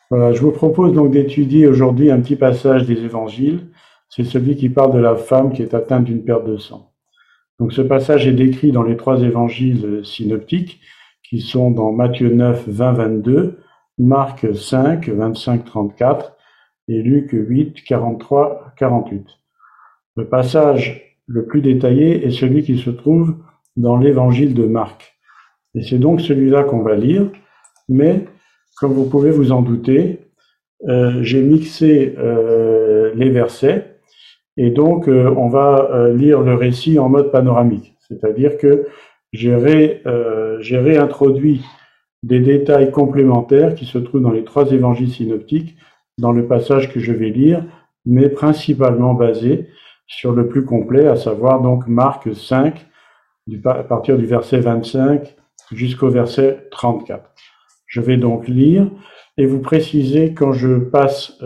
Voilà, je vous propose donc d'étudier aujourd'hui un petit passage des évangiles. C'est celui qui parle de la femme qui est atteinte d'une perte de sang. Donc ce passage est décrit dans les trois évangiles synoptiques qui sont dans Matthieu 9, 20, 22, Marc 5, 25, 34 et Luc 8, 43, 48. Le passage le plus détaillé est celui qui se trouve dans l'évangile de Marc. Et c'est donc celui-là qu'on va lire, mais comme vous pouvez vous en douter, j'ai mixé les versets et donc on va lire le récit en mode panoramique, c'est-à-dire que j'ai réintroduit des détails complémentaires qui se trouvent dans les trois évangiles synoptiques, dans le passage que je vais lire, mais principalement basés sur le plus complet, à savoir donc Marc 5, à partir du verset 25 jusqu'au verset 34. Je vais donc lire et vous préciser quand je passe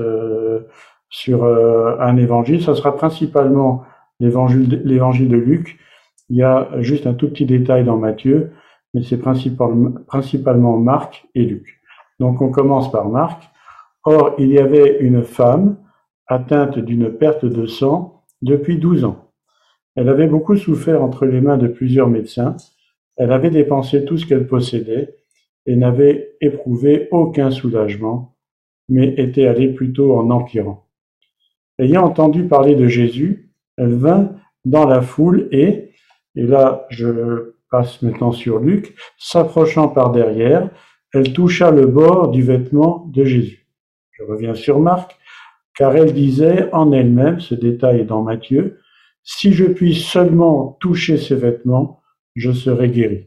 sur un évangile, ça sera principalement l'évangile de Luc. Il y a juste un tout petit détail dans Matthieu, mais c'est principalement Marc et Luc. Donc on commence par Marc. Or, il y avait une femme atteinte d'une perte de sang depuis 12 ans. Elle avait beaucoup souffert entre les mains de plusieurs médecins. Elle avait dépensé tout ce qu'elle possédait et n'avait éprouvé aucun soulagement, mais était allée plutôt en empirant. Ayant entendu parler de Jésus, elle vint dans la foule et là je passe maintenant sur Luc, s'approchant par derrière, elle toucha le bord du vêtement de Jésus. Je reviens sur Marc, car elle disait en elle-même, ce détail est dans Matthieu, si je puis seulement toucher ses vêtements, je serai guérie.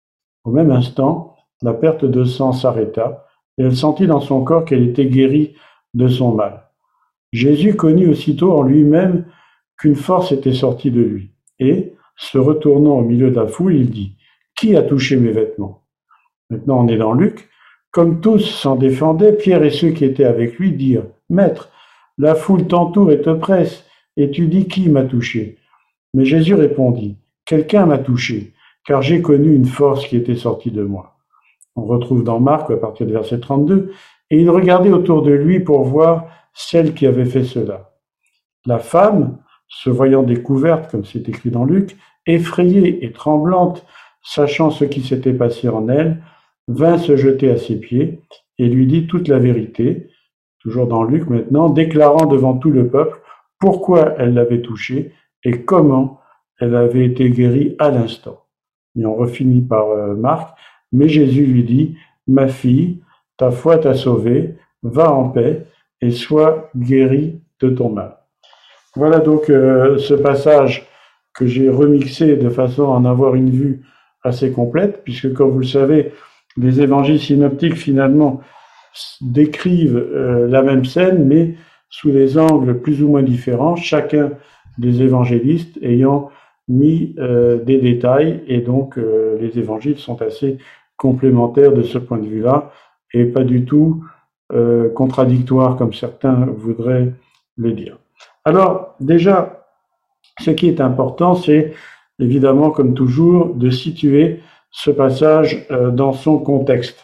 Au même instant, la perte de sang s'arrêta, et elle sentit dans son corps qu'elle était guérie de son mal. Jésus connut aussitôt en lui-même qu'une force était sortie de lui, et, se retournant au milieu de la foule, il dit, qui a touché mes vêtements? Maintenant on est dans Luc. Comme tous s'en défendaient, Pierre et ceux qui étaient avec lui dirent, Maître, la foule t'entoure et te presse, et tu dis qui m'a touché? Mais Jésus répondit, quelqu'un m'a touché, car j'ai connu une force qui était sortie de moi. On retrouve dans Marc à partir du verset 32, et il regardait autour de lui pour voir celle qui avait fait cela. La femme, se voyant découverte, comme c'est écrit dans Luc, effrayée et tremblante, sachant ce qui s'était passé en elle, vint se jeter à ses pieds et lui dit toute la vérité, toujours dans Luc maintenant, déclarant devant tout le peuple pourquoi elle l'avait touché et comment elle avait été guérie à l'instant. Et on refinit par Marc, mais Jésus lui dit, ma fille, ta foi t'a sauvée, va en paix et sois guérie de ton mal. Voilà donc ce passage que j'ai remixé de façon à en avoir une vue assez complète, puisque comme vous le savez, les évangiles synoptiques finalement décrivent la même scène, mais sous des angles plus ou moins différents, chacun des évangélistes ayant mis des détails, et donc les évangiles sont assez complémentaires de ce point de vue-là, et pas du tout contradictoires comme certains voudraient le dire. Alors, déjà, ce qui est important, c'est évidemment, comme toujours, de situer ce passage dans son contexte.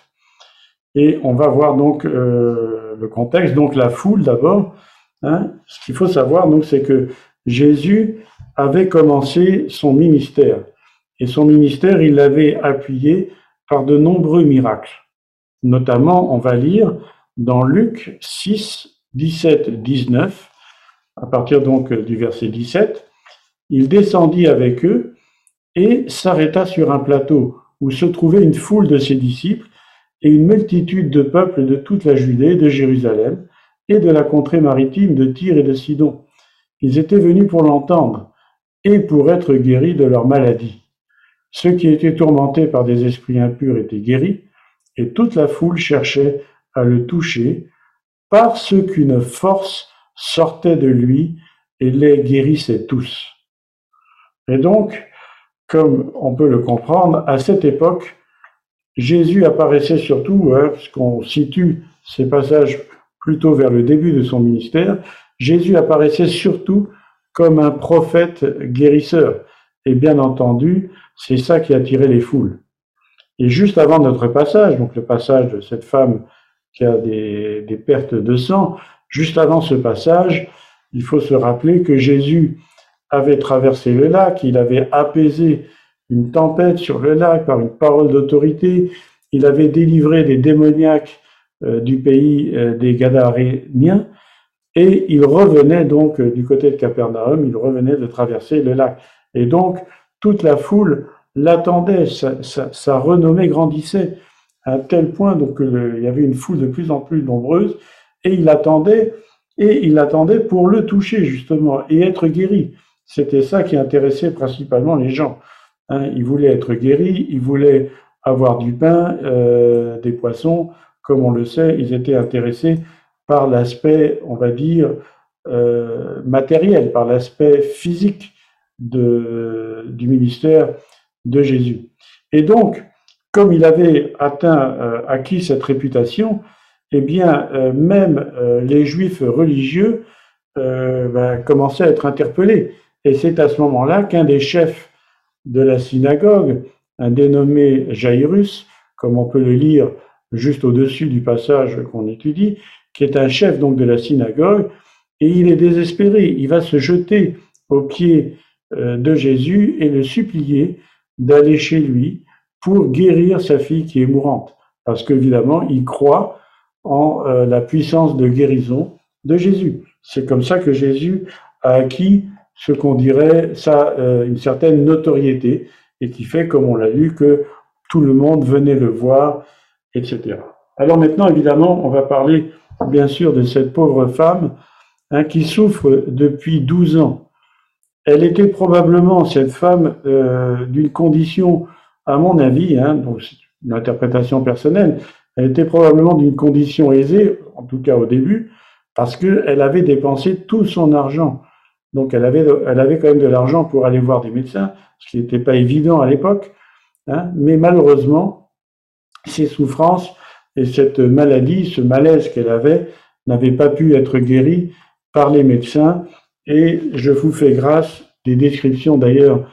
Et on va voir donc le contexte, donc la foule d'abord. Hein. Ce qu'il faut savoir, donc, c'est que Jésus avait commencé son ministère. Et son ministère, il l'avait appuyé par de nombreux miracles. Notamment, on va lire dans Luc 6, 17, 19, à partir donc du verset 17, il descendit avec eux et s'arrêta sur un plateau où se trouvait une foule de ses disciples et une multitude de peuples de toute la Judée, de Jérusalem et de la contrée maritime de Tyr et de Sidon. Ils étaient venus pour l'entendre et pour être guéris de leur maladie. Ceux qui étaient tourmentés par des esprits impurs étaient guéris et toute la foule cherchait à le toucher parce qu'une force sortait de lui et les guérissait tous. Et donc, comme on peut le comprendre, à cette époque, Jésus apparaissait surtout, puisqu'on situe ces passages plutôt vers le début de son ministère, Jésus apparaissait surtout comme un prophète guérisseur. Et bien entendu, c'est ça qui attirait les foules. Et juste avant notre passage, donc le passage de cette femme qui a des pertes de sang. Juste avant ce passage, il faut se rappeler que Jésus avait traversé le lac, il avait apaisé une tempête sur le lac par une parole d'autorité, il avait délivré des démoniaques du pays des Gadaréniens, et il revenait donc du côté de Capernaum, il revenait de traverser le lac. Et donc, toute la foule l'attendait, sa renommée grandissait à tel point donc il y avait une foule de plus en plus nombreuse, et il attendait pour le toucher justement et être guéri. C'était ça qui intéressait principalement les gens. Ils voulaient être guéris, ils voulaient avoir du pain, des poissons. Comme on le sait, ils étaient intéressés par l'aspect, on va dire, matériel, par l'aspect physique du ministère de Jésus. Et donc, comme il avait acquis cette réputation, eh bien, même les juifs religieux commençaient à être interpellés. Et c'est à ce moment-là qu'un des chefs de la synagogue, un dénommé Jairus, comme on peut le lire juste au-dessus du passage qu'on étudie, qui est un chef donc de la synagogue, et il est désespéré. Il va se jeter aux pieds de Jésus et le supplier d'aller chez lui pour guérir sa fille qui est mourante. Parce qu'évidemment, il croit en la puissance de guérison de Jésus. C'est comme ça que Jésus a acquis ce qu'on dirait une certaine notoriété, et qui fait, comme on l'a lu, que tout le monde venait le voir, etc. Alors maintenant, évidemment, on va parler bien sûr de cette pauvre femme qui souffre depuis 12 ans. Elle était probablement, cette femme, d'une condition, à mon avis, donc c'est une interprétation personnelle, elle était probablement d'une condition aisée, en tout cas au début, parce qu'elle avait dépensé tout son argent. Donc elle avait quand même de l'argent pour aller voir des médecins, ce qui n'était pas évident à l'époque, mais malheureusement, ses souffrances et cette maladie, ce malaise qu'elle avait, n'avaient pas pu être guéris par les médecins. Et je vous fais grâce des descriptions d'ailleurs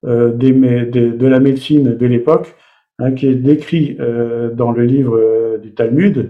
de la médecine de l'époque, qui est décrit dans le livre du Talmud.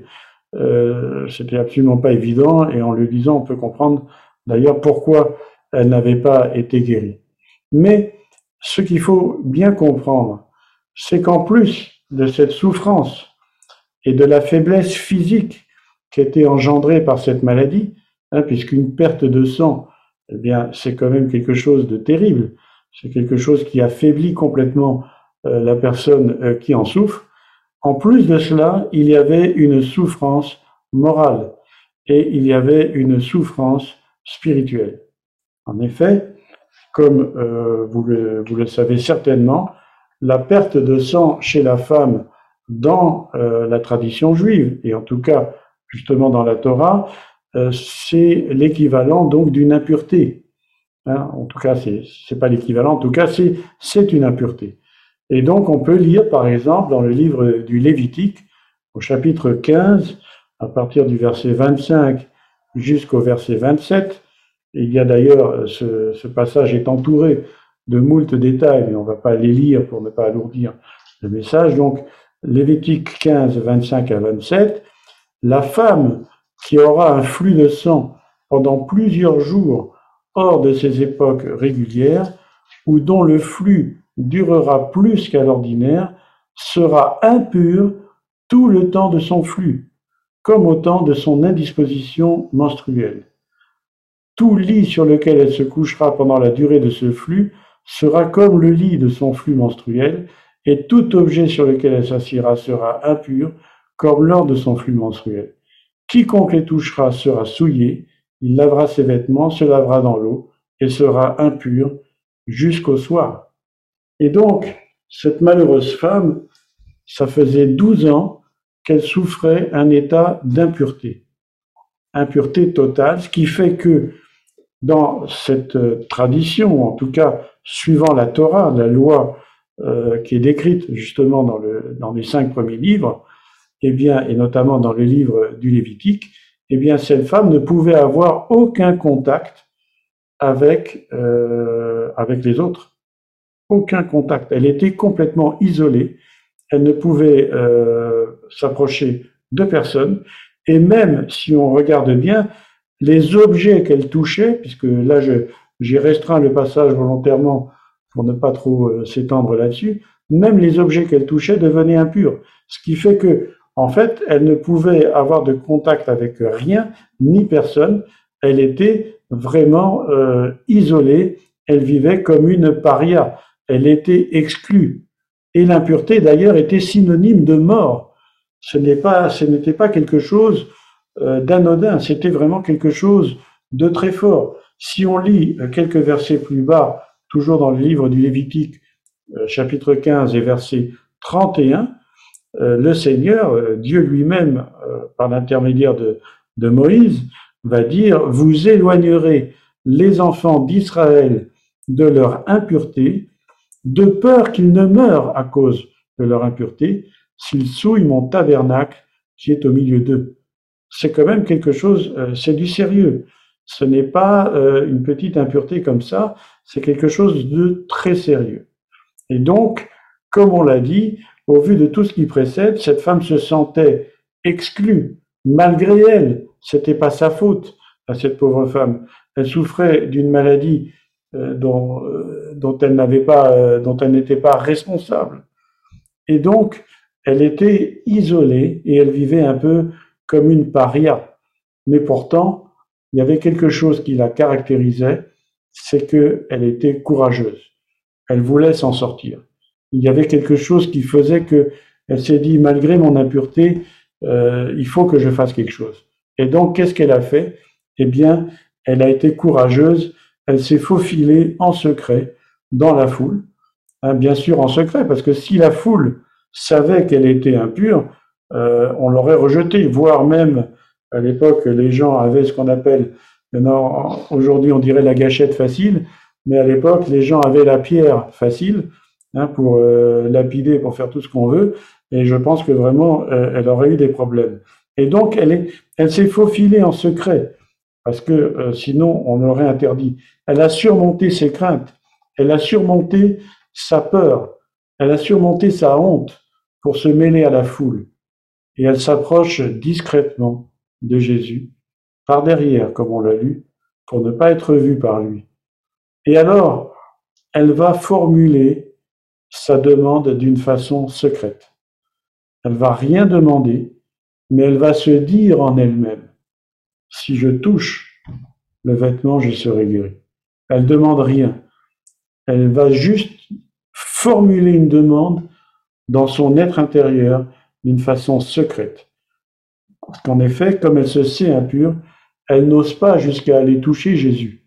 C'était absolument pas évident, et en le lisant, on peut comprendre d'ailleurs pourquoi elle n'avait pas été guérie. Mais ce qu'il faut bien comprendre, c'est qu'en plus de cette souffrance et de la faiblesse physique qui était engendrée par cette maladie, puisqu'une perte de sang, eh bien, c'est quand même quelque chose de terrible. C'est quelque chose qui affaiblit complètement la personne qui en souffre. En plus de cela, il y avait une souffrance morale et il y avait une souffrance spirituelle. En effet, comme vous le savez certainement, la perte de sang chez la femme dans la tradition juive, et en tout cas justement dans la Torah, c'est l'équivalent donc d'une impureté. En tout cas, c'est pas l'équivalent, en tout cas c'est une impureté. Et donc on peut lire par exemple dans le livre du Lévitique, au chapitre 15, à partir du verset 25 jusqu'au verset 27, et il y a d'ailleurs, ce passage est entouré de moult détails, mais on ne va pas les lire pour ne pas alourdir le message. Donc, Lévitique 15, 25 à 27, la femme qui aura un flux de sang pendant plusieurs jours hors de ses époques régulières, ou dont le flux durera plus qu'à l'ordinaire, sera impure tout le temps de son flux, comme au temps de son indisposition menstruelle. Tout lit sur lequel elle se couchera pendant la durée de ce flux sera comme le lit de son flux menstruel, et tout objet sur lequel elle s'assiera sera impur, comme lors de son flux menstruel. Quiconque les touchera sera souillé, il lavera ses vêtements, se lavera dans l'eau, et sera impur jusqu'au soir. Et donc, cette malheureuse femme, ça faisait 12 ans qu'elle souffrait un état d'impureté, impureté totale, ce qui fait que dans cette tradition, en tout cas suivant la Torah, la loi qui est décrite justement dans les 5 premiers livres, et notamment dans le livre du Lévitique, cette femme ne pouvait avoir aucun contact avec les autres, aucun contact. Elle était complètement isolée. Elle ne pouvait s'approcher de personne. Et même si on regarde bien, les objets qu'elle touchait, puisque là j'ai restreint le passage volontairement pour ne pas trop s'étendre là-dessus, même les objets qu'elle touchait devenaient impurs. Ce qui fait que, en fait, elle ne pouvait avoir de contact avec rien, ni personne. Elle était vraiment isolée. Elle vivait comme une paria. Elle était exclue. Et l'impureté, d'ailleurs, était synonyme de mort. Ce n'était pas quelque chose d'anodin, c'était vraiment quelque chose de très fort. Si on lit quelques versets plus bas, toujours dans le livre du Lévitique, chapitre 15 et verset 31, le Seigneur, Dieu lui-même, par l'intermédiaire de Moïse, va dire, vous éloignerez les enfants d'Israël de leur impureté, de peur qu'ils ne meurent à cause de leur impureté, s'ils souillent mon tabernacle qui est au milieu d'eux. C'est quand même quelque chose, c'est du sérieux. Ce n'est pas une petite impureté comme ça, c'est quelque chose de très sérieux. Et donc, comme on l'a dit, au vu de tout ce qui précède, cette femme se sentait exclue, malgré elle. C'était pas sa faute à cette pauvre femme. Elle souffrait d'une maladie dont elle n'était pas responsable. Et donc, elle était isolée et elle vivait un peu comme une paria. Mais pourtant, il y avait quelque chose qui la caractérisait, c'est qu'elle était courageuse. Elle voulait s'en sortir. Il y avait quelque chose qui faisait qu'elle s'est dit, malgré mon impureté, il faut que je fasse quelque chose. Et donc, qu'est-ce qu'elle a fait? Eh bien, elle a été courageuse, elle s'est faufilée en secret dans la foule, bien sûr en secret, parce que si la foule savait qu'elle était impure, on l'aurait rejetée, voire même, à l'époque, les gens avaient ce qu'on appelle, maintenant, aujourd'hui on dirait la gâchette facile, mais à l'époque, les gens avaient la pierre facile, pour lapider, pour faire tout ce qu'on veut, et je pense que vraiment, elle aurait eu des problèmes. Et donc, elle s'est faufilée en secret, parce que sinon, on l'aurait interdit. Elle a surmonté ses craintes, elle a surmonté sa peur, elle a surmonté sa honte pour se mêler à la foule. Et elle s'approche discrètement de Jésus, par derrière, comme on l'a lu, pour ne pas être vue par lui. Et alors, elle va formuler sa demande d'une façon secrète. Elle va rien demander, mais elle va se dire en elle-même, si je touche le vêtement, je serai guéri. Elle demande rien. Elle va juste formuler une demande dans son être intérieur d'une façon secrète. Parce qu'en effet, comme elle se sait impure, elle n'ose pas jusqu'à aller toucher Jésus.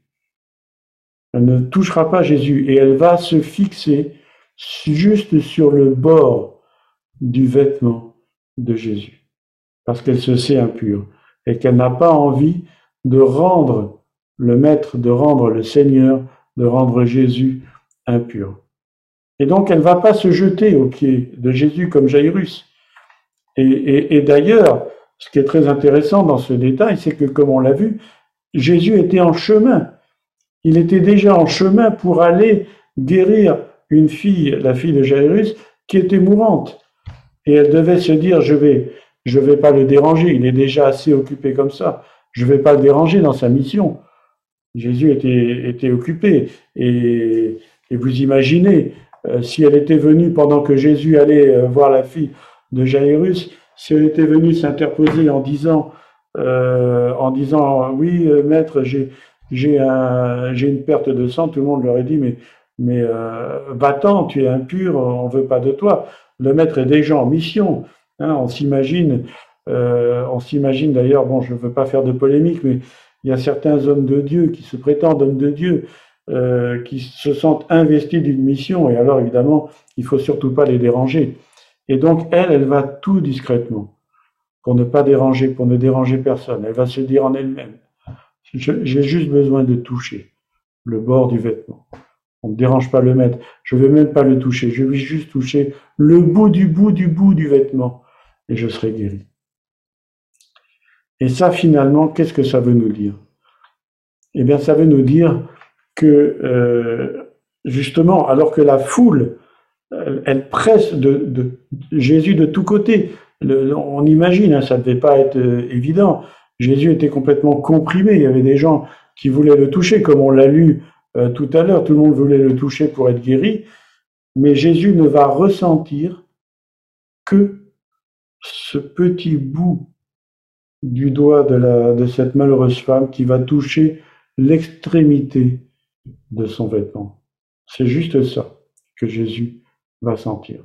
Elle ne touchera pas Jésus et elle va se fixer juste sur le bord du vêtement de Jésus. Parce qu'elle se sait impure et qu'elle n'a pas envie de rendre le Maître, de rendre le Seigneur, de rendre Jésus impur. Et donc, elle ne va pas se jeter aux pieds de Jésus comme Jairus. Et d'ailleurs, ce qui est très intéressant dans ce détail, c'est que, comme on l'a vu, Jésus était en chemin. Il était déjà en chemin pour aller guérir une fille, la fille de Jairus, qui était mourante. Et elle devait se dire, je vais pas le déranger, il est déjà assez occupé comme ça. Je vais pas le déranger dans sa mission. Jésus était occupé. Et vous imaginez, si elle était venue pendant que Jésus allait voir la fille de Jairus, si elle était venue s'interposer en disant oui, maître, j'ai une perte de sang, tout le monde leur aurait dit mais va-t'en, tu es impur, on veut pas de toi. Le maître est déjà en mission. On s'imagine d'ailleurs, bon, je ne veux pas faire de polémique, mais il y a certains hommes de Dieu qui se prétendent hommes de Dieu, qui se sentent investis d'une mission, et alors évidemment, il faut surtout pas les déranger. Et donc elle va tout discrètement, pour ne pas déranger, pour ne déranger personne. Elle va se dire en elle-même, j'ai juste besoin de toucher le bord du vêtement. On ne dérange pas le maître, je ne veux même pas le toucher, je vais juste toucher le bout du vêtement, et je serai guéri. Et ça, finalement, qu'est-ce que ça veut nous dire? Eh bien, ça veut nous dire que, justement, alors que la foule, elle presse de Jésus de tous côtés, On imagine, hein, ça ne devait pas être évident. Jésus était complètement comprimé. Il y avait des gens qui voulaient le toucher, comme on l'a lu tout à l'heure. Tout le monde voulait le toucher pour être guéri. Mais Jésus ne va ressentir que ce petit bout du doigt de cette malheureuse femme qui va toucher l'extrémité de son vêtement. C'est juste ça que Jésus va sentir.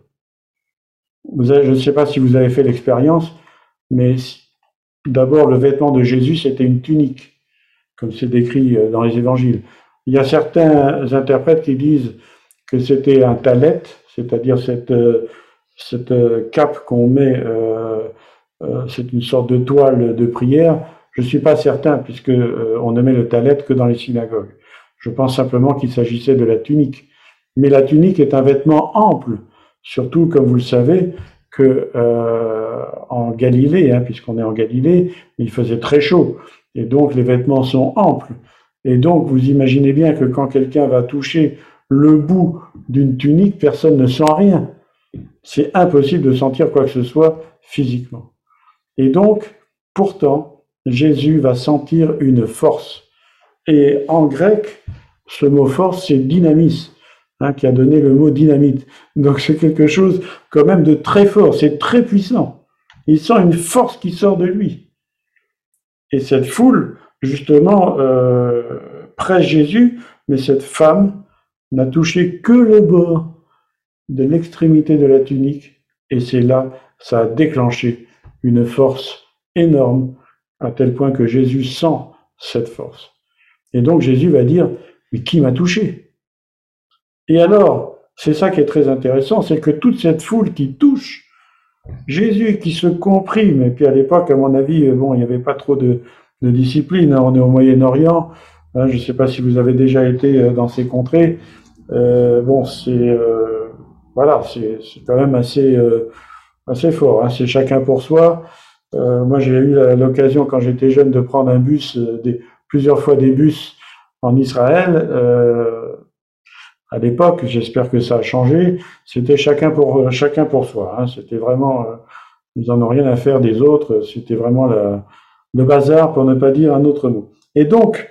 Je ne sais pas si vous avez fait l'expérience, mais d'abord, le vêtement de Jésus, c'était une tunique, comme c'est décrit dans les évangiles. Il y a certains interprètes qui disent que c'était un talet, c'est-à-dire cette cape qu'on met, c'est une sorte de toile de prière. Je ne suis pas certain, puisque on ne met le talet que dans les synagogues. Je pense simplement qu'il s'agissait de la tunique. Mais la tunique est un vêtement ample, surtout, comme vous le savez, que en Galilée, hein, puisqu'on est en Galilée, il faisait très chaud, et donc les vêtements sont amples. Et donc vous imaginez bien que quand quelqu'un va toucher le bout d'une tunique, personne ne sent rien. C'est impossible de sentir quoi que ce soit physiquement. Et donc, pourtant, Jésus va sentir une force. Et en grec, ce mot force, c'est dynamis, hein, qui a donné le mot dynamite. Donc c'est quelque chose quand même de très fort, c'est très puissant. Il sent une force qui sort de lui. Et cette foule, justement, presse Jésus, mais cette femme n'a touché que le bord de l'extrémité de la tunique, et c'est là, ça a déclenché une force énorme, à tel point que Jésus sent cette force. Et donc Jésus va dire, mais qui m'a touché? Et alors, c'est ça qui est très intéressant, c'est que toute cette foule qui touche Jésus, qui se comprime, et puis à l'époque, à mon avis, bon, il n'y avait pas trop de discipline, hein, on est au Moyen-Orient, hein, je ne sais pas si vous avez déjà été dans ces contrées, bon, voilà, c'est quand même assez fort, hein, c'est chacun pour soi. Moi, j'ai eu l'occasion, quand j'étais jeune, de prendre un bus, plusieurs fois des bus en Israël. À l'époque, j'espère que ça a changé, c'était chacun pour soi. Hein, c'était vraiment, ils en ont rien à faire des autres. C'était vraiment le bazar, pour ne pas dire un autre mot. Et donc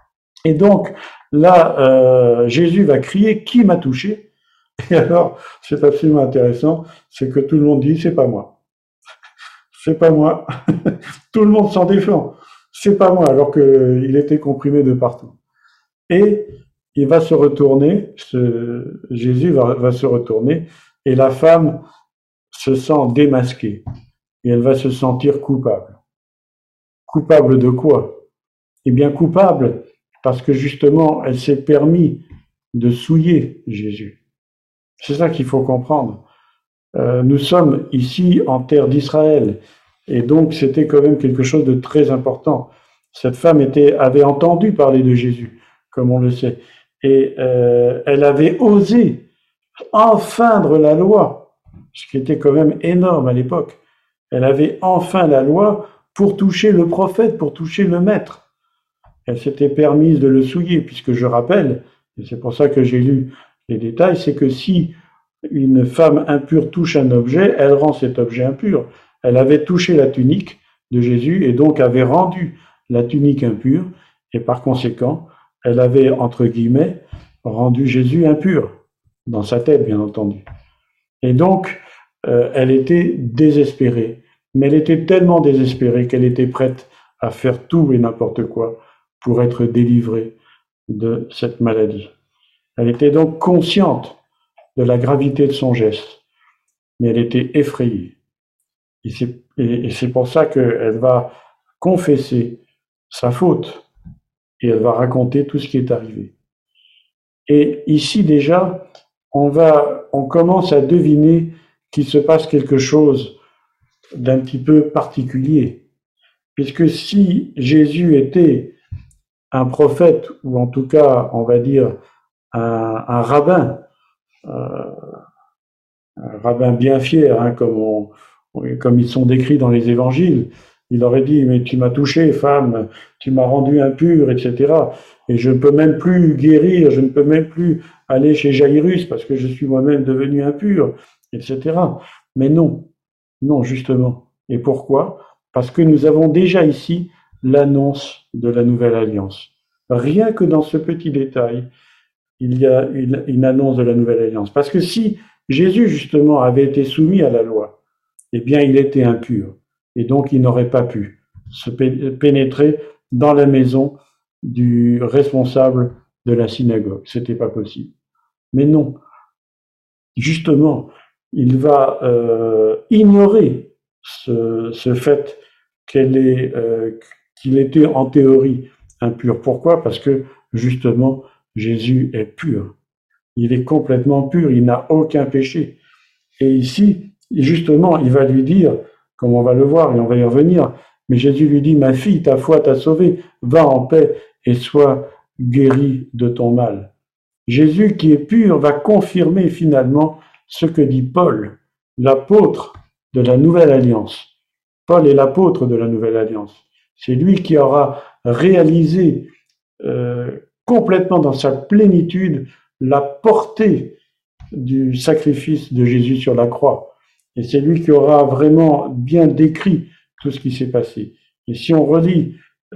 là, Jésus va crier, qui m'a touché? Et alors, c'est absolument intéressant, c'est que tout le monde dit, c'est pas moi. C'est pas moi. Tout le monde s'en défend. C'est pas moi, alors qu'il était comprimé de partout. Et il va se retourner, Jésus va se retourner, et la femme se sent démasquée. Et elle va se sentir coupable. Coupable de quoi? Eh bien, coupable parce que justement, elle s'est permis de souiller Jésus. C'est ça qu'il faut comprendre. Nous sommes ici en terre d'Israël, et donc c'était quand même quelque chose de très important. Cette femme avait entendu parler de Jésus, comme on le sait, et elle avait osé enfreindre la loi, ce qui était quand même énorme à l'époque. Elle avait enfreint la loi pour toucher le prophète, pour toucher le maître. Elle s'était permise de le souiller, puisque je rappelle, et c'est pour ça que j'ai lu les détails, c'est que si une femme impure touche un objet, elle rend cet objet impur. Elle avait touché la tunique de Jésus et donc avait rendu la tunique impure, et par conséquent, elle avait, entre guillemets, rendu Jésus impur, dans sa tête, bien entendu. Et donc, elle était désespérée, mais elle était tellement désespérée qu'elle était prête à faire tout et n'importe quoi pour être délivrée de cette maladie. Elle était donc consciente de la gravité de son geste, mais elle était effrayée. Et c'est pour ça qu'elle va confesser sa faute et elle va raconter tout ce qui est arrivé. Et ici déjà, on commence à deviner qu'il se passe quelque chose d'un petit peu particulier, puisque si Jésus était un prophète, ou en tout cas, on va dire, un rabbin, un rabbin bien fier, hein, comme ils sont décrits dans les évangiles, il aurait dit, mais tu m'as touché, femme, tu m'as rendu impur, etc. Et je ne peux même plus guérir, je ne peux même plus aller chez Jairus parce que je suis moi-même devenu impur, etc. Mais non, Non, justement. Et pourquoi? Parce que nous avons déjà ici l'annonce de la nouvelle alliance. Rien que dans ce petit détail, il y a une annonce de la nouvelle alliance. Parce que si Jésus, justement, avait été soumis à la loi, eh bien, il était impur. Et donc, il n'aurait pas pu se pénétrer dans la maison du responsable de la synagogue. C'était pas possible. Mais non, justement, il va ignorer ce fait qu'il était en théorie impur. Pourquoi? Parce que justement, Jésus est pur. Il est complètement pur, il n'a aucun péché. Et ici, justement, il va lui dire, comme on va le voir et on va y revenir, mais Jésus lui dit, ma fille, ta foi t'a sauvée, va en paix et sois guérie de ton mal. Jésus qui est pur va confirmer finalement ce que dit Paul, l'apôtre de la Nouvelle Alliance. Paul est l'apôtre de la Nouvelle Alliance. C'est lui qui aura réalisé complètement dans sa plénitude la portée du sacrifice de Jésus sur la croix. Et c'est lui qui aura vraiment bien décrit tout ce qui s'est passé. Et si on relit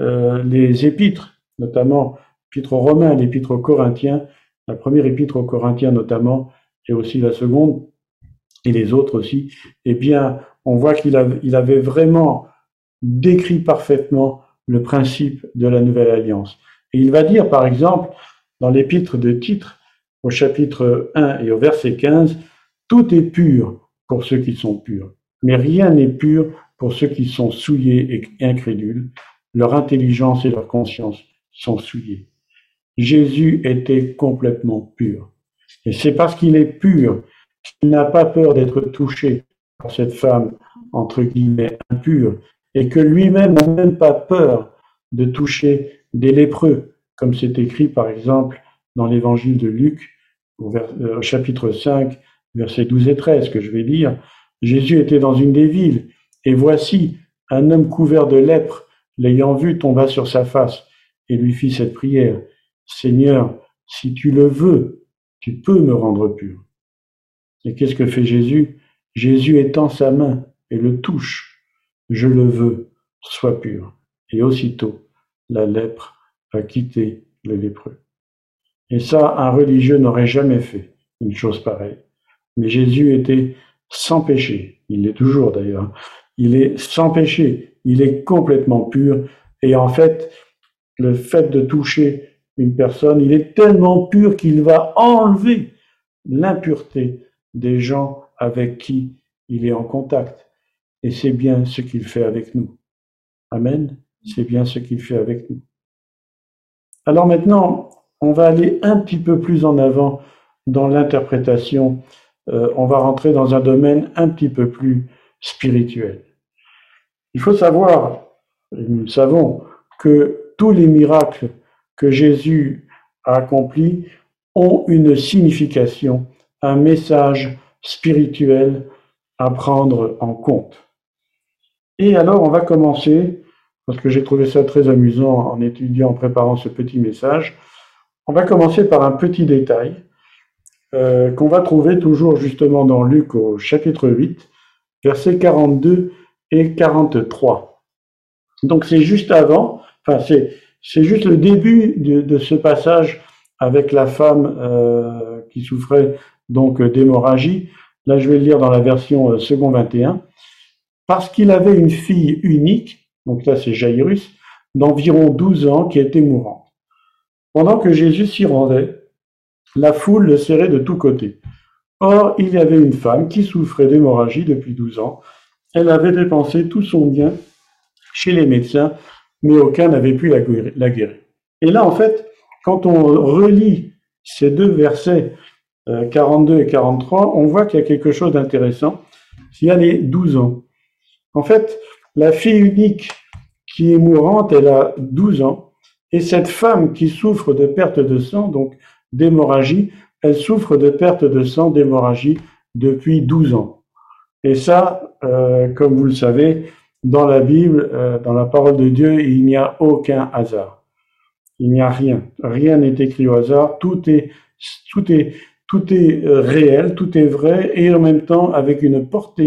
les épîtres, notamment l'épître aux Romains, l'épître aux Corinthiens, la première épître aux Corinthiens notamment, et aussi la seconde, et les autres aussi, eh bien, on voit qu'il avait vraiment décrit parfaitement le principe de la nouvelle alliance. Et il va dire, par exemple, dans l'épître de Tite, au chapitre 1 et au verset 15, tout est pur pour ceux qui sont purs, mais rien n'est pur pour ceux qui sont souillés et incrédules. Leur intelligence et leur conscience sont souillées. Jésus était complètement pur. Et c'est parce qu'il est pur qu'il n'a pas peur d'être touché par cette femme, entre guillemets, impure, et que lui-même n'a même pas peur de toucher des lépreux, comme c'est écrit par exemple dans l'évangile de Luc, au chapitre 5, versets 12 et 13, que je vais lire. Jésus était dans une des villes, et voici, un homme couvert de lèpre, l'ayant vu, tomba sur sa face et lui fit cette prière. Seigneur, si tu le veux, tu peux me rendre pur. Et qu'est-ce que fait Jésus? Jésus étend sa main et le touche. Je le veux, sois pur. Et aussitôt, la lèpre a quitté le lépreux. Et ça, un religieux n'aurait jamais fait une chose pareille. Mais Jésus était sans péché. Il l'est toujours d'ailleurs. Il est sans péché. Il est complètement pur. Et en fait, le fait de toucher une personne, il est tellement pur qu'il va enlever l'impureté des gens avec qui il est en contact. Et c'est bien ce qu'il fait avec nous. Amen. C'est bien ce qu'il fait avec nous. Alors maintenant, on va aller un petit peu plus en avant dans l'interprétation. On va rentrer dans un domaine un petit peu plus spirituel. Il faut savoir, et nous le savons, que tous les miracles que Jésus a accomplis ont une signification, un message spirituel à prendre en compte. Et alors, on va commencer, parce que j'ai trouvé ça très amusant en étudiant, en préparant ce petit message, on va commencer par un petit détail qu'on va trouver toujours justement dans Luc au chapitre 8, versets 42 et 43. Donc c'est juste avant, enfin c'est juste le début de ce passage avec la femme qui souffrait donc d'hémorragie. Là, je vais le lire dans la version second 21. Parce qu'il avait une fille unique, donc là c'est Jairus, d'environ 12 ans qui était mourante. Pendant que Jésus s'y rendait, la foule le serrait de tous côtés. Or, il y avait une femme qui souffrait d'hémorragie depuis 12 ans. Elle avait dépensé tout son bien chez les médecins, mais aucun n'avait pu la guérir. Et là, en fait, quand on relit ces deux versets, 42 et 43, on voit qu'il y a quelque chose d'intéressant. Il y a les 12 ans. En fait, la fille unique qui est mourante, elle a 12 ans, et cette femme qui souffre de perte de sang, donc d'hémorragie, elle souffre de perte de sang, d'hémorragie depuis 12 ans. Et ça, comme vous le savez, dans la Bible, dans la parole de Dieu, il n'y a aucun hasard. Il n'y a rien. Rien n'est écrit au hasard. Tout est réel, tout est vrai, et en même temps avec une portée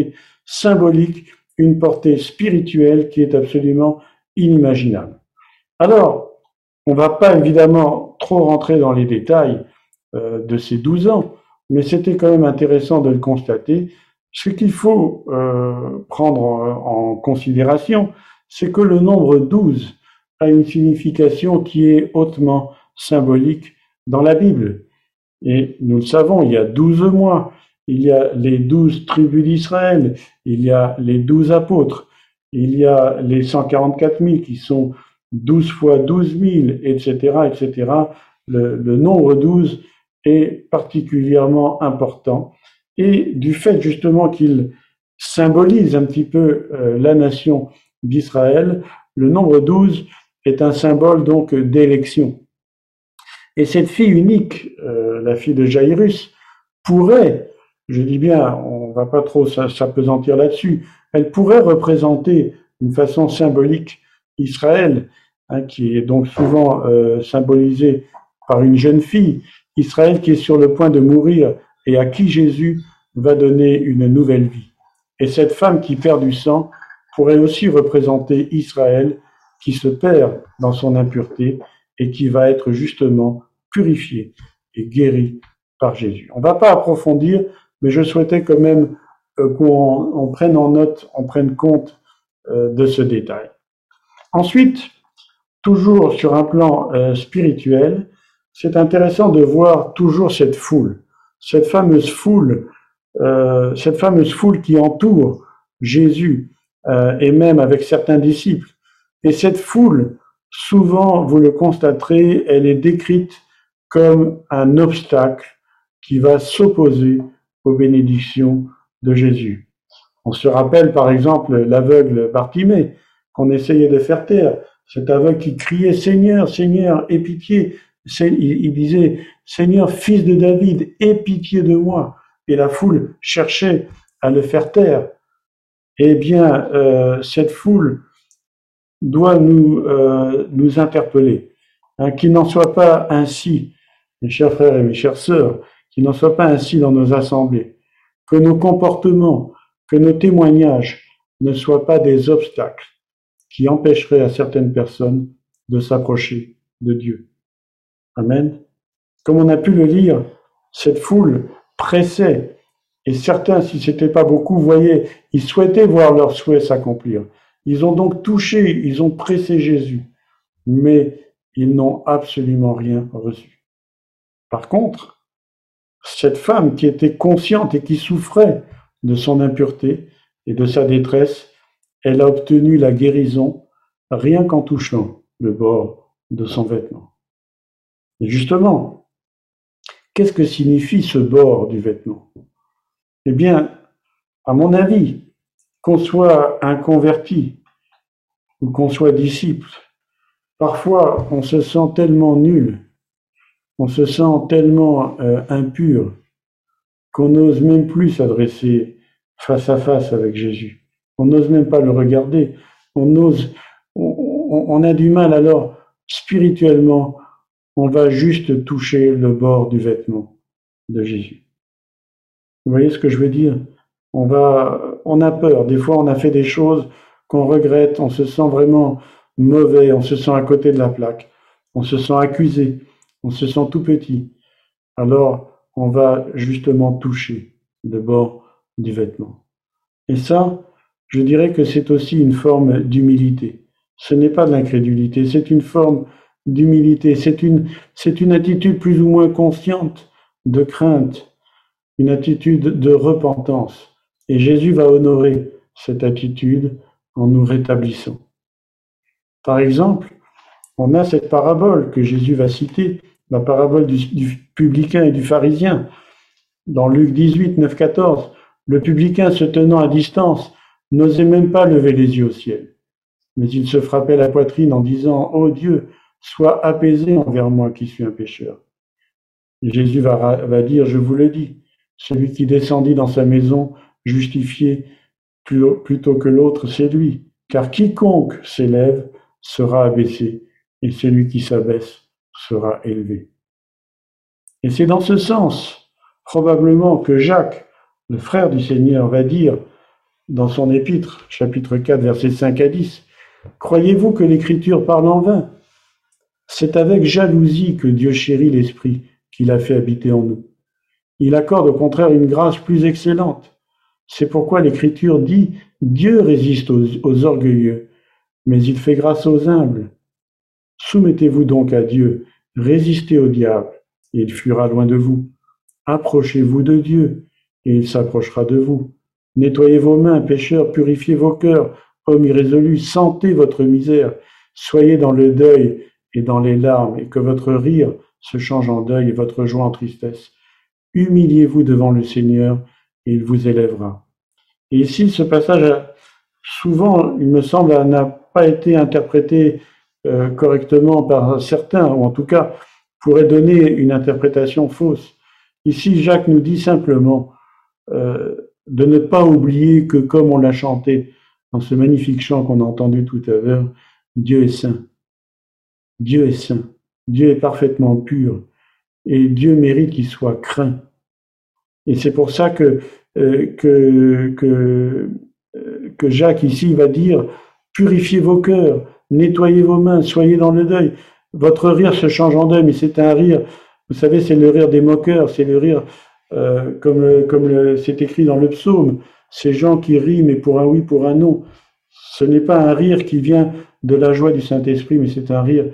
symbolique, une portée spirituelle qui est absolument inimaginable. Alors, on ne va pas évidemment trop rentrer dans les détails de ces 12 ans, mais c'était quand même intéressant de le constater. Ce qu'il faut prendre en considération, c'est que le nombre 12 a une signification qui est hautement symbolique dans la Bible. Et nous le savons, il y a 12 mois, il y a les 12 tribus d'Israël, il y a les 12 apôtres, il y a les 144 000 qui sont 12 fois 12 000, etc., etc. Le nombre 12 est particulièrement important. Et du fait justement qu'il symbolise un petit peu la nation d'Israël, le nombre 12 est un symbole donc d'élection. Et cette fille unique, la fille de Jaïrus, pourrait, je dis bien, on ne va pas trop s'appesantir là-dessus, elle pourrait représenter d'une façon symbolique Israël, hein, qui est donc souvent symbolisé par une jeune fille, Israël qui est sur le point de mourir et à qui Jésus va donner une nouvelle vie. Et cette femme qui perd du sang pourrait aussi représenter Israël qui se perd dans son impureté et qui va être justement purifié et guéri par Jésus. On ne va pas approfondir, mais je souhaitais quand même qu'on prenne en note, on prenne compte de ce détail. Ensuite, toujours sur un plan spirituel, c'est intéressant de voir toujours cette fameuse foule qui entoure Jésus et même avec certains disciples. Et cette foule, souvent, vous le constaterez, elle est décrite comme un obstacle qui va s'opposer aux bénédictions de Jésus. On se rappelle par exemple l'aveugle Bartimée qu'on essayait de faire taire, cet aveugle qui criait « Seigneur, Seigneur, aie pitié ». Il disait « Seigneur, fils de David, aie pitié de moi ». Et la foule cherchait à le faire taire. Eh bien, cette foule doit nous interpeller. Hein, qu'il n'en soit pas ainsi, mes chers frères et mes chères sœurs, qu'il n'en soit pas ainsi dans nos assemblées, que nos comportements, que nos témoignages ne soient pas des obstacles qui empêcheraient à certaines personnes de s'approcher de Dieu. Amen. Comme on a pu le lire, cette foule pressait, et certains, si ce n'était pas beaucoup, voyaient, ils souhaitaient voir leur souhait s'accomplir. Ils ont donc touché, ils ont pressé Jésus, mais ils n'ont absolument rien reçu. Par contre, cette femme qui était consciente et qui souffrait de son impureté et de sa détresse, elle a obtenu la guérison rien qu'en touchant le bord de son vêtement. Et justement, qu'est-ce que signifie ce bord du vêtement? Eh bien, à mon avis, qu'on soit un converti ou qu'on soit disciple, parfois on se sent tellement nul, on se sent tellement impur qu'on n'ose même plus s'adresser face à face avec Jésus. On n'ose même pas le regarder. On a du mal alors spirituellement. On va juste toucher le bord du vêtement de Jésus. Vous voyez ce que je veux dire? On a peur. Des fois, on a fait des choses qu'on regrette. On se sent vraiment mauvais. On se sent à côté de la plaque. On se sent accusé. On se sent tout petit. Alors, on va justement toucher le bord du vêtement. Et ça, je dirais que c'est aussi une forme d'humilité. Ce n'est pas de l'incrédulité, c'est une forme d'humilité. C'est une attitude plus ou moins consciente de crainte, une attitude de repentance. Et Jésus va honorer cette attitude en nous rétablissant. Par exemple, on a cette parabole que Jésus va citer, la parabole du publicain et du pharisien. Dans Luc 18, 9, 14, le publicain se tenant à distance n'osait même pas lever les yeux au ciel. Mais il se frappait la poitrine en disant « Ô Dieu, sois apaisé envers moi qui suis un pécheur. » Et Jésus va dire « Je vous le dis, celui qui descendit dans sa maison justifié plutôt que l'autre, c'est lui. Car quiconque s'élève sera abaissé, et celui qui s'abaisse sera élevé. » Et c'est dans ce sens, probablement, que Jacques, le frère du Seigneur, va dire dans son épître, chapitre 4, versets 5 à 10. Croyez-vous que l'Écriture parle en vain? C'est avec jalousie que Dieu chérit l'Esprit qu'il a fait habiter en nous. Il accorde au contraire une grâce plus excellente. C'est pourquoi l'Écriture dit « Dieu résiste aux orgueilleux, mais il fait grâce aux humbles. Soumettez-vous donc à Dieu, résistez au diable, et il fuira loin de vous. Approchez-vous de Dieu, et il s'approchera de vous. Nettoyez vos mains, pécheurs, purifiez vos cœurs, hommes irrésolus, sentez votre misère, soyez dans le deuil et dans les larmes, et que votre rire se change en deuil et votre joie en tristesse. Humiliez-vous devant le Seigneur, et il vous élèvera. » Et ici, ce passage, souvent, il me semble, n'a pas été interprété correctement par certains, ou en tout cas, pourrait donner une interprétation fausse. Ici, Jacques nous dit simplement de ne pas oublier que, comme on l'a chanté dans ce magnifique chant qu'on a entendu tout à l'heure, Dieu est saint. Dieu est saint. Dieu est parfaitement pur. Et Dieu mérite qu'il soit craint. Et c'est pour ça que Jacques ici va dire « Purifiez vos cœurs, nettoyez vos mains, soyez dans le deuil. » Votre rire se change en deuil, mais c'est un rire, vous savez, c'est le rire des moqueurs, c'est le rire comme c'est écrit dans le psaume, ces gens qui rient, mais pour un oui, pour un non. Ce n'est pas un rire qui vient de la joie du Saint-Esprit, mais c'est un rire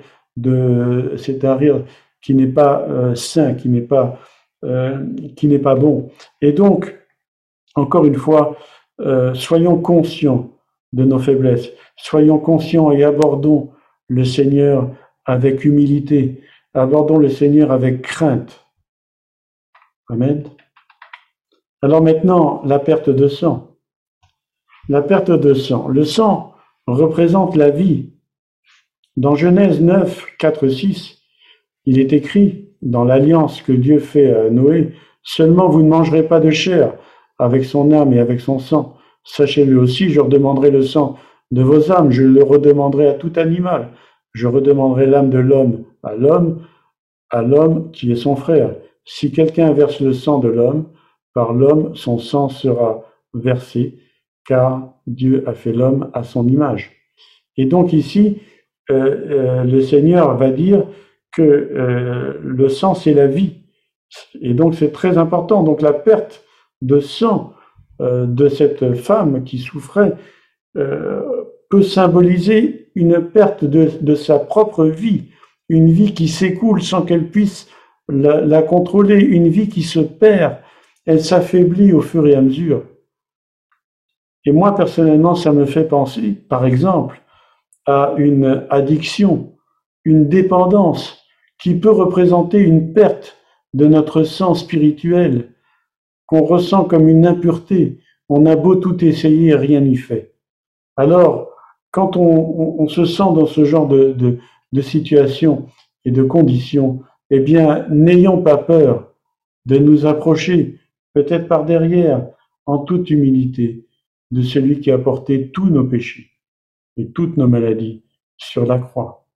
qui n'est pas sain, qui n'est pas bon. Et donc, encore une fois, soyons conscients de nos faiblesses, soyons conscients et abordons le Seigneur avec humilité, abordons le Seigneur avec crainte. Amen. Alors maintenant, la perte de sang. La perte de sang. Le sang représente la vie. Dans Genèse 9, 4, 6, il est écrit, dans l'alliance que Dieu fait à Noé, « Seulement vous ne mangerez pas de chair avec son âme et avec son sang. Sachez-le aussi, je redemanderai le sang de vos âmes, je le redemanderai à tout animal. Je redemanderai l'âme de l'homme à l'homme qui est son frère. Si quelqu'un verse le sang de l'homme, par l'homme, son sang sera versé, car Dieu a fait l'homme à son image. » Et donc ici, le Seigneur va dire que le sang, c'est la vie. Et donc c'est très important. Donc la perte de sang de cette femme qui souffrait peut symboliser une perte de sa propre vie, une vie qui s'écoule sans qu'elle puisse la contrôler, une vie qui se perd, elle s'affaiblit au fur et à mesure. Et moi, personnellement, ça me fait penser, par exemple, à une addiction, une dépendance qui peut représenter une perte de notre sang spirituel, qu'on ressent comme une impureté. On a beau tout essayer, rien n'y fait. Alors, quand on se sent dans ce genre de situation et de conditions, eh bien, n'ayons pas peur de nous approcher, peut-être par derrière, en toute humilité, de celui qui a porté tous nos péchés et toutes nos maladies sur la croix.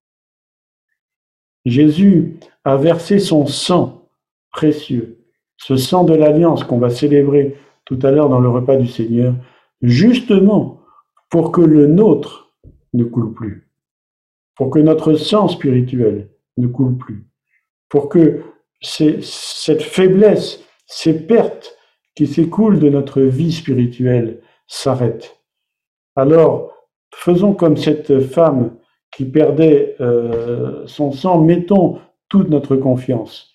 Jésus a versé son sang précieux, ce sang de l'alliance qu'on va célébrer tout à l'heure dans le repas du Seigneur, justement pour que le nôtre ne coule plus, pour que notre sang spirituel ne coule plus, pour que cette faiblesse, ces pertes qui s'écoulent de notre vie spirituelle s'arrêtent. Alors, faisons comme cette femme qui perdait son sang, mettons toute notre confiance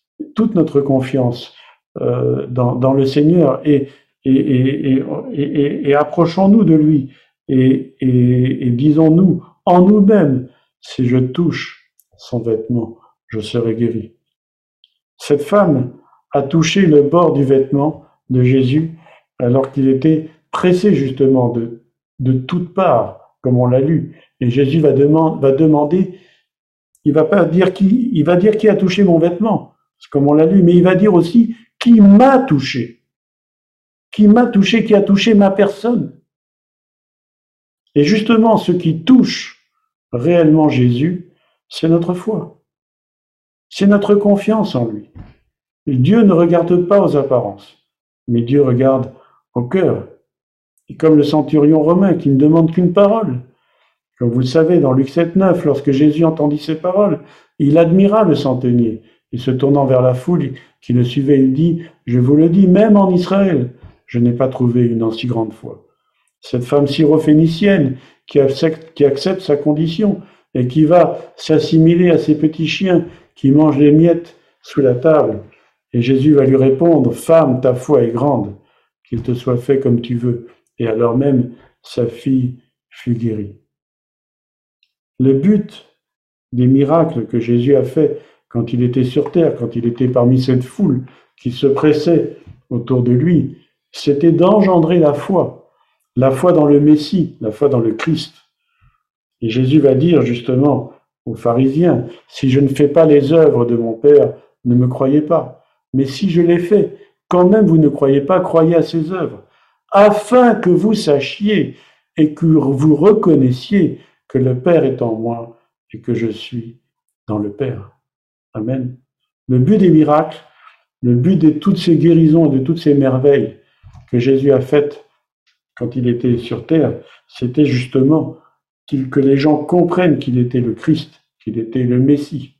dans le Seigneur et approchons-nous de lui et disons-nous en nous-mêmes, si je touche son vêtement, je serai guéri. Cette femme a touché le bord du vêtement de Jésus alors qu'il était pressé justement de toutes parts, comme on l'a lu. Et Jésus va demander, il va dire qui a touché mon vêtement, comme on l'a lu, mais il va dire aussi qui m'a touché, qui a touché ma personne. Et justement, ce qui touche réellement Jésus, c'est notre foi. C'est notre confiance en lui. Et Dieu ne regarde pas aux apparences, mais Dieu regarde au cœur. Et comme le centurion romain qui ne demande qu'une parole. Comme vous le savez, dans Luc 7,9, lorsque Jésus entendit ces paroles, il admira le centenier. Et se tournant vers la foule qui le suivait, il dit, je vous le dis, même en Israël, je n'ai pas trouvé une en si grande foi. Cette femme syrophénicienne qui accepte sa condition et qui va s'assimiler à ces petits chiens qui mangent les miettes sous la table. Et Jésus va lui répondre, femme, ta foi est grande, qu'il te soit fait comme tu veux. Et alors même, sa fille fut guérie. Le but des miracles que Jésus a fait quand il était sur terre, quand il était parmi cette foule qui se pressait autour de lui, c'était d'engendrer la foi dans le Messie, la foi dans le Christ. Et Jésus va dire justement aux pharisiens, si je ne fais pas les œuvres de mon Père, ne me croyez pas. Mais si je les fais, quand même vous ne croyez pas, croyez à ses œuvres, afin que vous sachiez et que vous reconnaissiez que le Père est en moi et que je suis dans le Père. Amen. Le but des miracles, le but de toutes ces guérisons et de toutes ces merveilles que Jésus a faites quand il était sur terre, c'était justement que les gens comprennent qu'il était le Christ, qu'il était le Messie.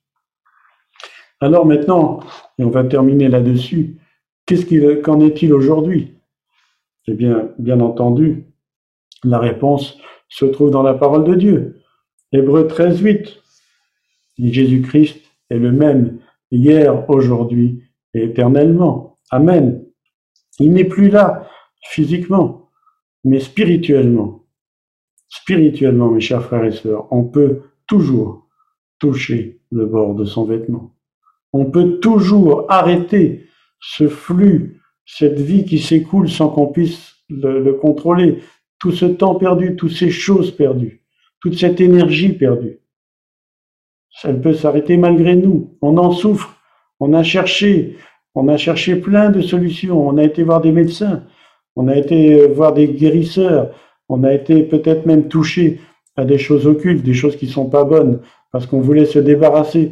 Alors maintenant, et on va terminer là-dessus, qu'en est-il aujourd'hui? Eh bien, bien entendu, la réponse se trouve dans la parole de Dieu. Hébreux 13,8 dit Jésus-Christ est le même hier, aujourd'hui et éternellement. Amen. Il n'est plus là physiquement, mais spirituellement. Spirituellement, mes chers frères et sœurs, on peut toujours toucher le bord de son vêtement. On peut toujours arrêter ce flux, cette vie qui s'écoule sans qu'on puisse le contrôler, tout ce temps perdu, toutes ces choses perdues, toute cette énergie perdue. Elle peut s'arrêter malgré nous. On en souffre. On a cherché plein de solutions. On a été voir des médecins. On a été voir des guérisseurs. On a été peut-être même touché à des choses occultes, des choses qui sont pas bonnes, parce qu'on voulait se débarrasser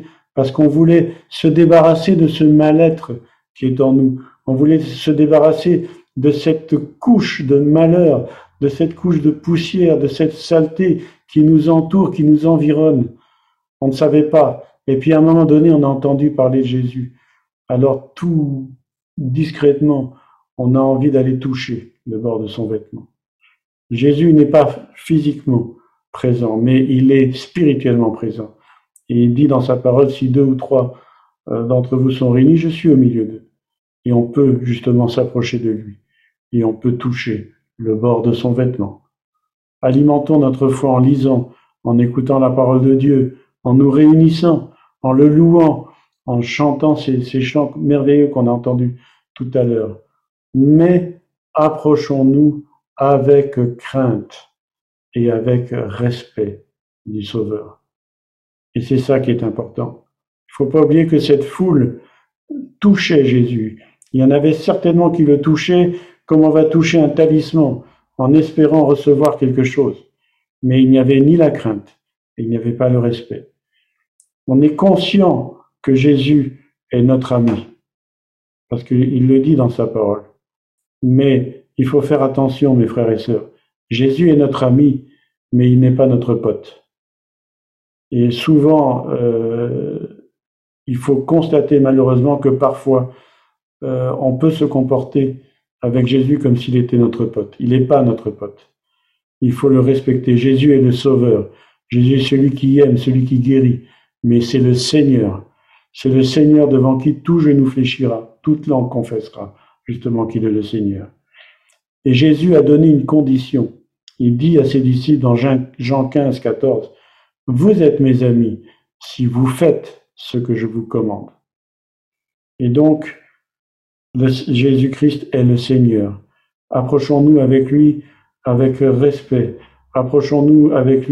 de ce mal-être qui est en nous. On voulait se débarrasser de cette couche de malheur, de cette couche de poussière, de cette saleté qui nous entoure, qui nous environne. On ne savait pas. Et puis à un moment donné, on a entendu parler de Jésus. Alors tout discrètement, on a envie d'aller toucher le bord de son vêtement. Jésus n'est pas physiquement présent, mais il est spirituellement présent. Et il dit dans sa parole, si 2 ou 3 d'entre vous sont réunis, je suis au milieu d'eux. Et on peut justement s'approcher de lui. Et on peut toucher le bord de son vêtement. Alimentons notre foi en lisant, en écoutant la parole de Dieu, en nous réunissant, en le louant, en chantant ces chants merveilleux qu'on a entendus tout à l'heure. Mais approchons-nous avec crainte et avec respect du Sauveur. Et c'est ça qui est important. Il ne faut pas oublier que cette foule touchait Jésus. Il y en avait certainement qui le touchaient comme on va toucher un talisman, en espérant recevoir quelque chose. Mais il n'y avait ni la crainte, et il n'y avait pas le respect. On est conscient que Jésus est notre ami, parce qu'il le dit dans sa parole. Mais il faut faire attention, mes frères et sœurs. Jésus est notre ami, mais il n'est pas notre pote. Et souvent, il faut constater malheureusement que parfois, on peut se comporter avec Jésus comme s'il était notre pote. Il n'est pas notre pote. Il faut le respecter. Jésus est le Sauveur. Jésus est celui qui aime, celui qui guérit. Mais c'est le Seigneur. C'est le Seigneur devant qui tout genou fléchira, toute langue confessera, justement, qu'il est le Seigneur. Et Jésus a donné une condition. Il dit à ses disciples dans Jean 15, 14, « Vous êtes mes amis si vous faites ce que je vous commande. » Et donc, Jésus-Christ est le Seigneur. Approchons-nous avec lui avec respect. Approchons-nous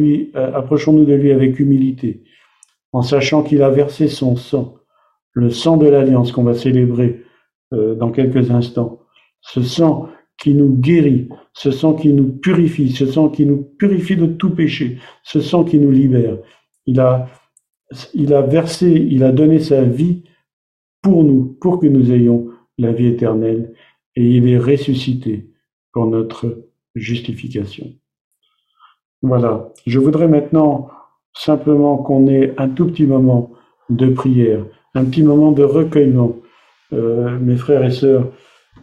de lui avec humilité, en sachant qu'il a versé son sang, le sang de l'Alliance qu'on va célébrer dans quelques instants. Ce sang qui nous guérit, ce sang qui nous purifie, ce sang qui nous purifie de tout péché, ce sang qui nous libère. Il a donné sa vie pour nous, pour que nous ayons la vie éternelle, et il est ressuscité pour notre justification. Voilà. Je voudrais maintenant simplement qu'on ait un tout petit moment de prière, un petit moment de recueillement. Mes frères et sœurs,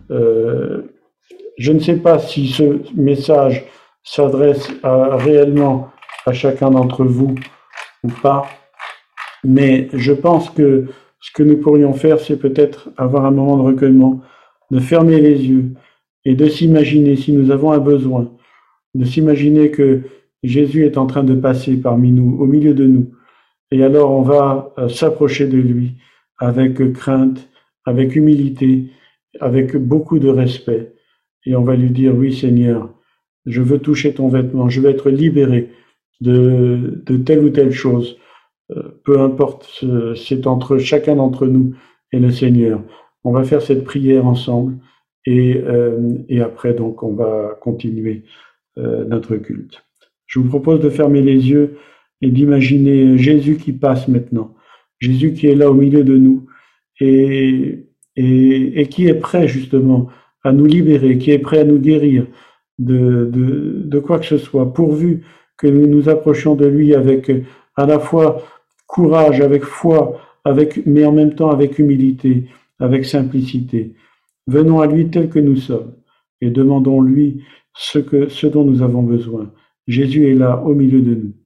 je ne sais pas si ce message s'adresse réellement à chacun d'entre vous ou pas, mais je pense que ce que nous pourrions faire, c'est peut-être avoir un moment de recueillement, de fermer les yeux et de s'imaginer, si nous avons un besoin, de s'imaginer que Jésus est en train de passer parmi nous, au milieu de nous. Et alors on va s'approcher de lui avec crainte, avec humilité, avec beaucoup de respect. Et on va lui dire, oui Seigneur, je veux toucher ton vêtement, je veux être libéré de telle ou telle chose. Peu importe, c'est entre chacun d'entre nous et le Seigneur. On va faire cette prière ensemble et après donc on va continuer notre culte. Je vous propose de fermer les yeux et d'imaginer Jésus qui passe maintenant, Jésus qui est là au milieu de nous et qui est prêt justement à nous libérer, qui est prêt à nous guérir de quoi que ce soit, pourvu que nous nous approchions de lui avec à la fois courage, avec foi, mais en même temps avec humilité, avec simplicité. Venons à lui tel que nous sommes et demandons-lui ce dont nous avons besoin. Jésus est là au milieu de nous.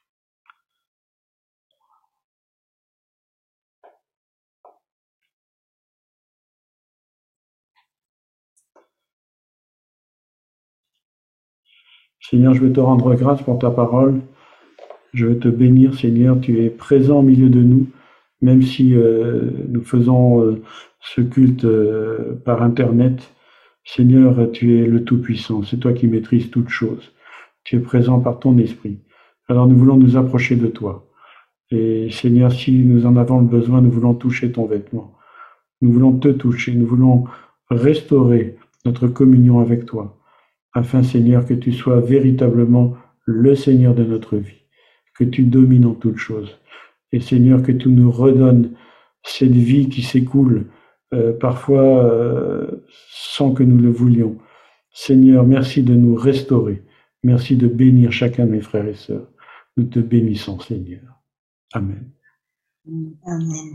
Seigneur, je veux te rendre grâce pour ta parole. Je veux te bénir, Seigneur. Tu es présent au milieu de nous, même si nous faisons ce culte par Internet. Seigneur, tu es le Tout-Puissant. C'est toi qui maîtrises toutes choses. Tu es présent par ton esprit. Alors nous voulons nous approcher de toi. Et Seigneur, si nous en avons le besoin, nous voulons toucher ton vêtement. Nous voulons te toucher. Nous voulons restaurer notre communion avec toi, afin, Seigneur, que tu sois véritablement le Seigneur de notre vie, que tu domines en toutes choses. Et Seigneur, que tu nous redonnes cette vie qui s'écoule parfois sans que nous le voulions. Seigneur, merci de nous restaurer. Merci de bénir chacun de mes frères et sœurs. Nous te bénissons, Seigneur. Amen. Amen.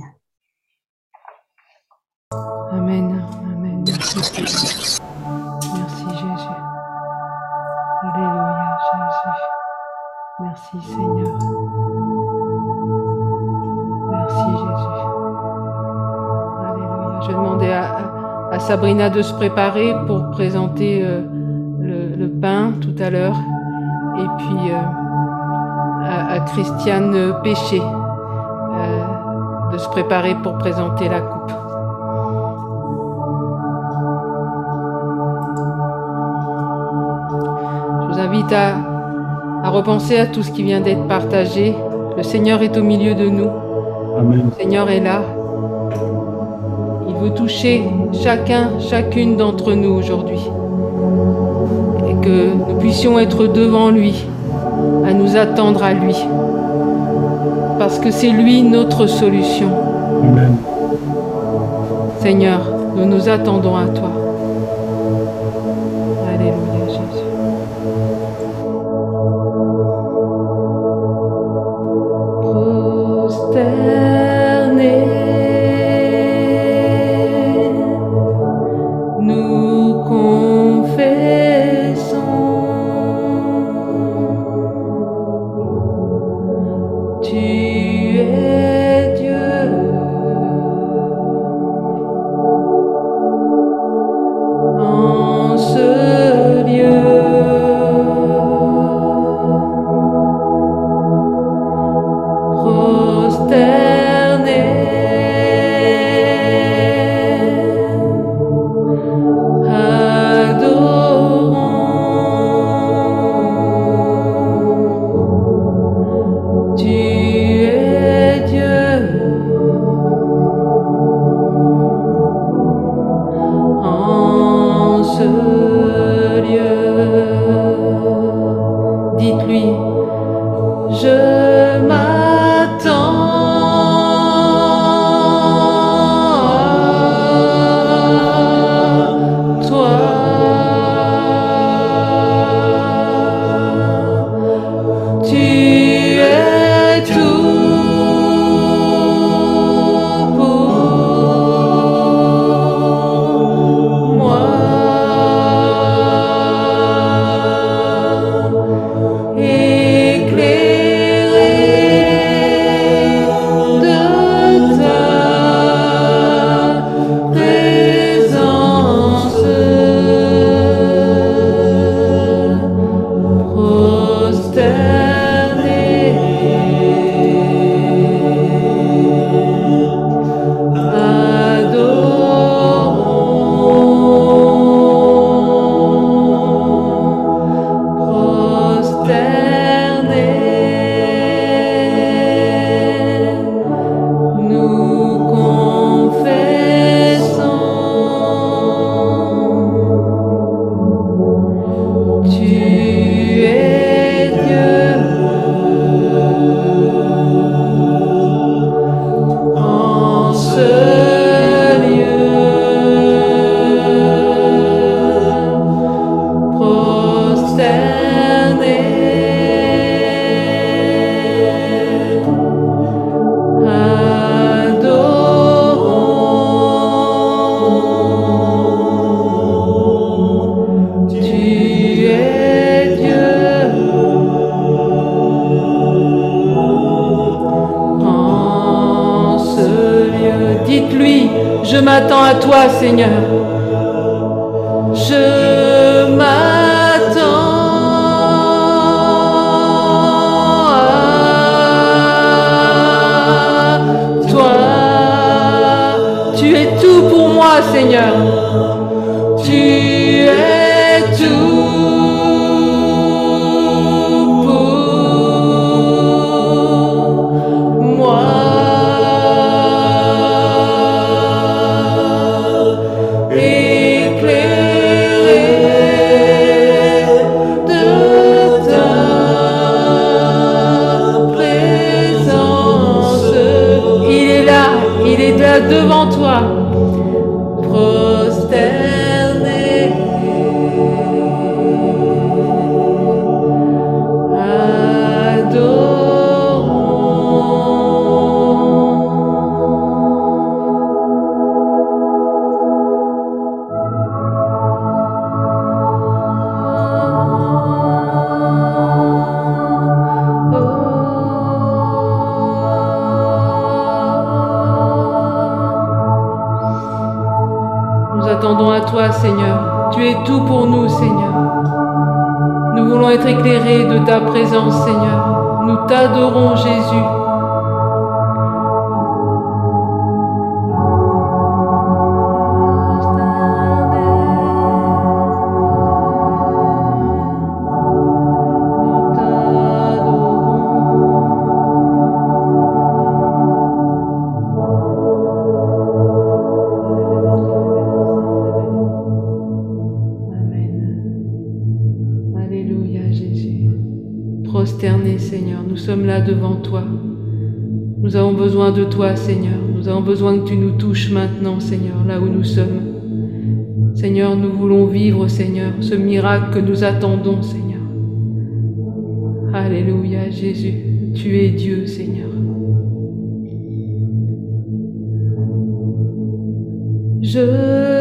Amen. Amen. Merci. Merci Jésus. Alléluia Jésus. Merci Seigneur. Merci Jésus. Alléluia. Je vais demander à Sabrina de se préparer pour présenter le pain tout à l'heure. Et puis à Christiane Péché de se préparer pour présenter la coupe. Je vous invite à repenser à tout ce qui vient d'être partagé. Le Seigneur est au milieu de nous. Amen. Le Seigneur est là. Il veut toucher chacune d'entre nous aujourd'hui. Et que nous puissions être devant lui, à nous attendre à lui. Parce que c'est lui notre solution. Amen. Seigneur, nous nous attendons à toi. Alléluia Jésus. Nous confessons, tu es Dieu, en ce lieu. Dites-lui, je m'attends je m'attends à toi, Seigneur. Je m'attends à toi. Tu es tout pour moi, Seigneur. Tu es tout pour moi. Devant toi, prosterné, attendons à toi, Seigneur. Tu es tout pour nous, Seigneur. Nous voulons être éclairés de ta présence, Seigneur. Nous t'adorons, Jésus. Prosterné, Seigneur, nous sommes là devant toi. Nous avons besoin de toi, Seigneur. Nous avons besoin que tu nous touches maintenant, Seigneur, là où nous sommes. Seigneur, nous voulons vivre, Seigneur, ce miracle que nous attendons, Seigneur. Alléluia, Jésus, tu es Dieu, Seigneur. Je